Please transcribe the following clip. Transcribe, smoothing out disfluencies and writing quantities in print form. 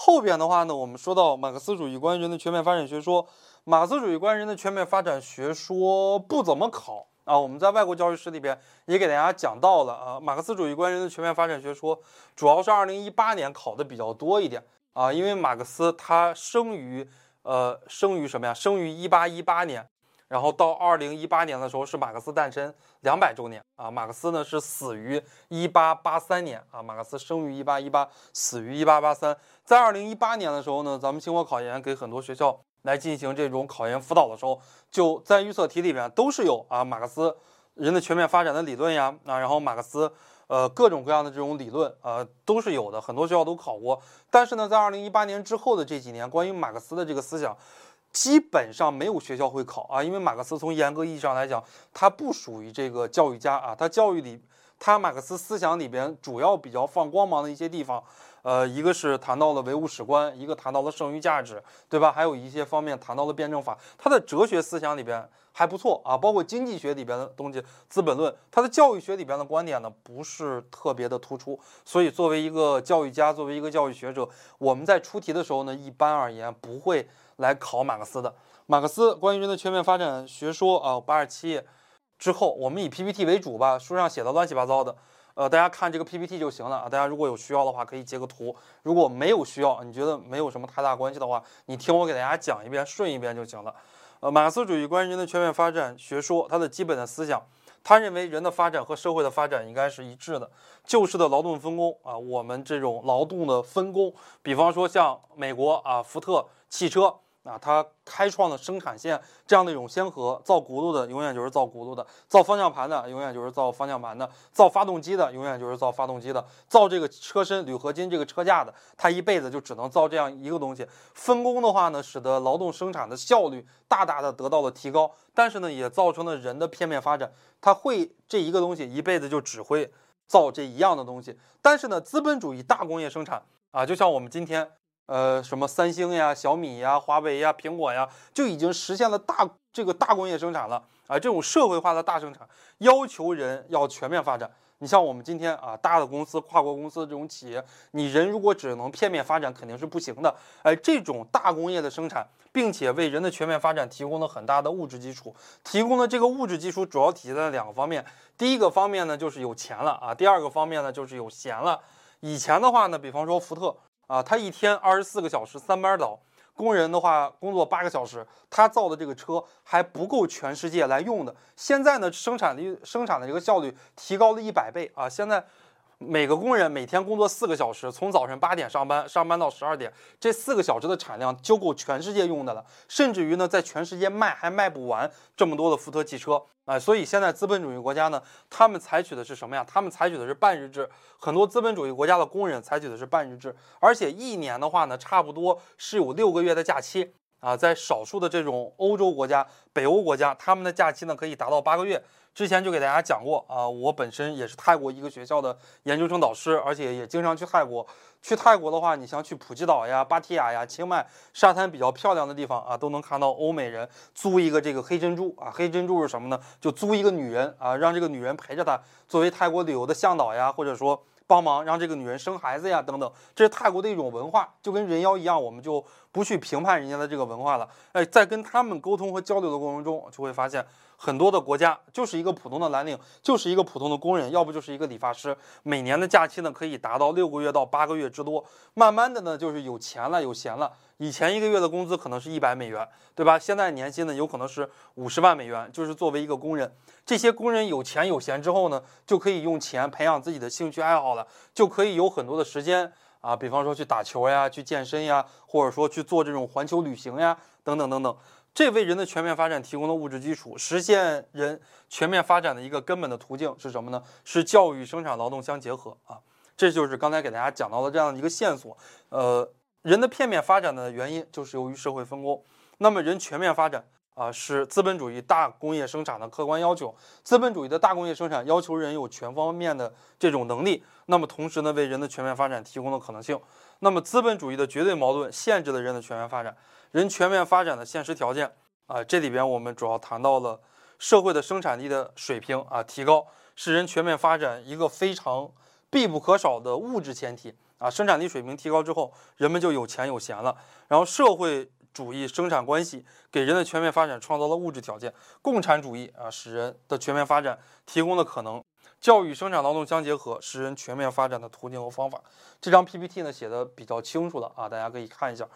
后边的话呢，我们说到马克思主义关于人的全面发展学说，马克思主义关于人的全面发展学说不怎么考啊。我们在外国教育史里边也给大家讲到了啊，马克思主义关于人的全面发展学说主要是2018年考的比较多一点啊，因为马克思他生于什么呀？生于1818年。然后到2018年的时候是马克思诞生200周年啊，马克思呢是死于1883年啊，马克思生于1818，死于1883。在2018年的时候呢，咱们清华考研给很多学校来进行这种考研辅导的时候，就在预测题里边都是有啊马克思人的全面发展的理论呀啊，然后马克思各种各样的这种理论都是有的，很多学校都考过。但是呢，在2018年之后的这几年，关于马克思的这个思想，基本上没有学校会考啊，因为马克思从严格意义上来讲，他不属于这个教育家啊，他马克思思想里边主要比较放光芒的一些地方，一个是谈到了唯物史观，一个谈到了剩余价值，对吧？还有一些方面谈到了辩证法，他的哲学思想里边还不错啊，包括经济学里边的东西，《资本论》，他的教育学里边的观点呢不是特别的突出，所以作为一个教育家，作为一个教育学者，我们在出题的时候呢，一般而言不会来考马克思的。马克思关于人的全面发展学说啊，87页之后，我们以 PPT 为主吧，书上写的乱七八糟的，大家看这个 PPT 就行了啊。大家如果有需要的话，可以截个图；如果没有需要，你觉得没有什么太大关系的话，你听我给大家讲一遍，顺一遍就行了。马克思主义关于人的全面发展学说，它的基本的思想，他认为人的发展和社会的发展应该是一致的，旧式的劳动分工啊，我们这种劳动的分工，比方说像美国啊，福特汽车。它开创了生产线这样的一种先河，造轱辘的永远就是造轱辘的，造方向盘的永远就是造方向盘的，造发动机的永远就是造发动机的，造这个车身铝合金这个车架的，它一辈子就只能造这样一个东西。分工的话呢，使得劳动生产的效率大大的得到了提高，但是呢，也造成了人的片面发展，它会这一个东西一辈子就只会造这一样的东西。但是呢，资本主义大工业生产啊，就像我们今天。什么三星呀、小米呀、华为呀、苹果呀，就已经实现了这个大工业生产了啊！这种社会化的大生产，要求人要全面发展。你像我们今天啊，大的公司、跨国公司这种企业，你人如果只能片面发展，肯定是不行的。这种大工业的生产，并且为人的全面发展提供了很大的物质基础。提供的这个物质基础主要体现在2个方面。第一个方面呢，就是有钱了啊；第二个方面呢，就是有闲了。以前的话呢，比方说福特。他一天24个小时3班倒，工人的话工作8个小时，他造的这个车还不够全世界来用的。现在呢，生产的这个效率提高了100倍啊！现在每个工人每天工作4个小时，从早晨8点上班到12点，这4个小时的产量就够全世界用的了。甚至于呢，在全世界还卖不完这么多的福特汽车所以现在资本主义国家呢，他们采取的是什么呀？他们采取的是半日制。很多资本主义国家的工人采取的是半日制，而且一年的话呢，差不多是有6个月的假期在少数的这种欧洲国家、北欧国家，他们的假期呢可以达到8个月。之前就给大家讲过我本身也是泰国一个学校的研究生导师，而且也经常去泰国。去泰国的话，你像去普吉岛呀、芭提雅呀、清迈沙滩比较漂亮的地方都能看到欧美人租一个这个黑珍珠黑珍珠是什么呢？就租一个女人让这个女人陪着他，作为泰国旅游的向导呀，或者说帮忙让这个女人生孩子呀等等，这是泰国的一种文化，就跟人妖一样，我们就不去评判人家的这个文化了。在跟他们沟通和交流的过程中，就会发现很多的国家就是一个普通的蓝领，就是一个普通的工人，要不就是一个理发师，每年的假期呢可以达到6个月到8个月之多。慢慢的呢，就是有钱了，有闲了。以前1个月的工资可能是100美元，对吧？现在年薪呢有可能是50万美元，就是作为一个工人。这些工人有钱有闲之后呢，就可以用钱培养自己的兴趣爱好了，就可以有很多的时间比方说去打球呀，去健身呀，或者说去做这种环球旅行呀，等等等等。这为人的全面发展提供了物质基础，实现人全面发展的一个根本的途径是什么呢？是教育、生产、劳动相结合这就是刚才给大家讲到的这样的一个线索。人的片面发展的原因就是由于社会分工。那么人全面发展是资本主义大工业生产的客观要求。资本主义的大工业生产要求人有全方面的这种能力，那么同时呢，为人的全面发展提供了可能性。那么资本主义的绝对矛盾限制了人的全面发展。人全面发展的现实条件这里边我们主要谈到了社会的生产力的水平提高，是人全面发展一个非常必不可少的物质前提。 啊，生产力水平提高之后，人们就有钱有闲了。然后社会主义生产关系给人的全面发展创造了物质条件，共产主义啊使人的全面发展提供了可能。教育生产劳动相结合，使人全面发展的途径和方法。这张 PPT 呢写的比较清楚了啊，大家可以看一下。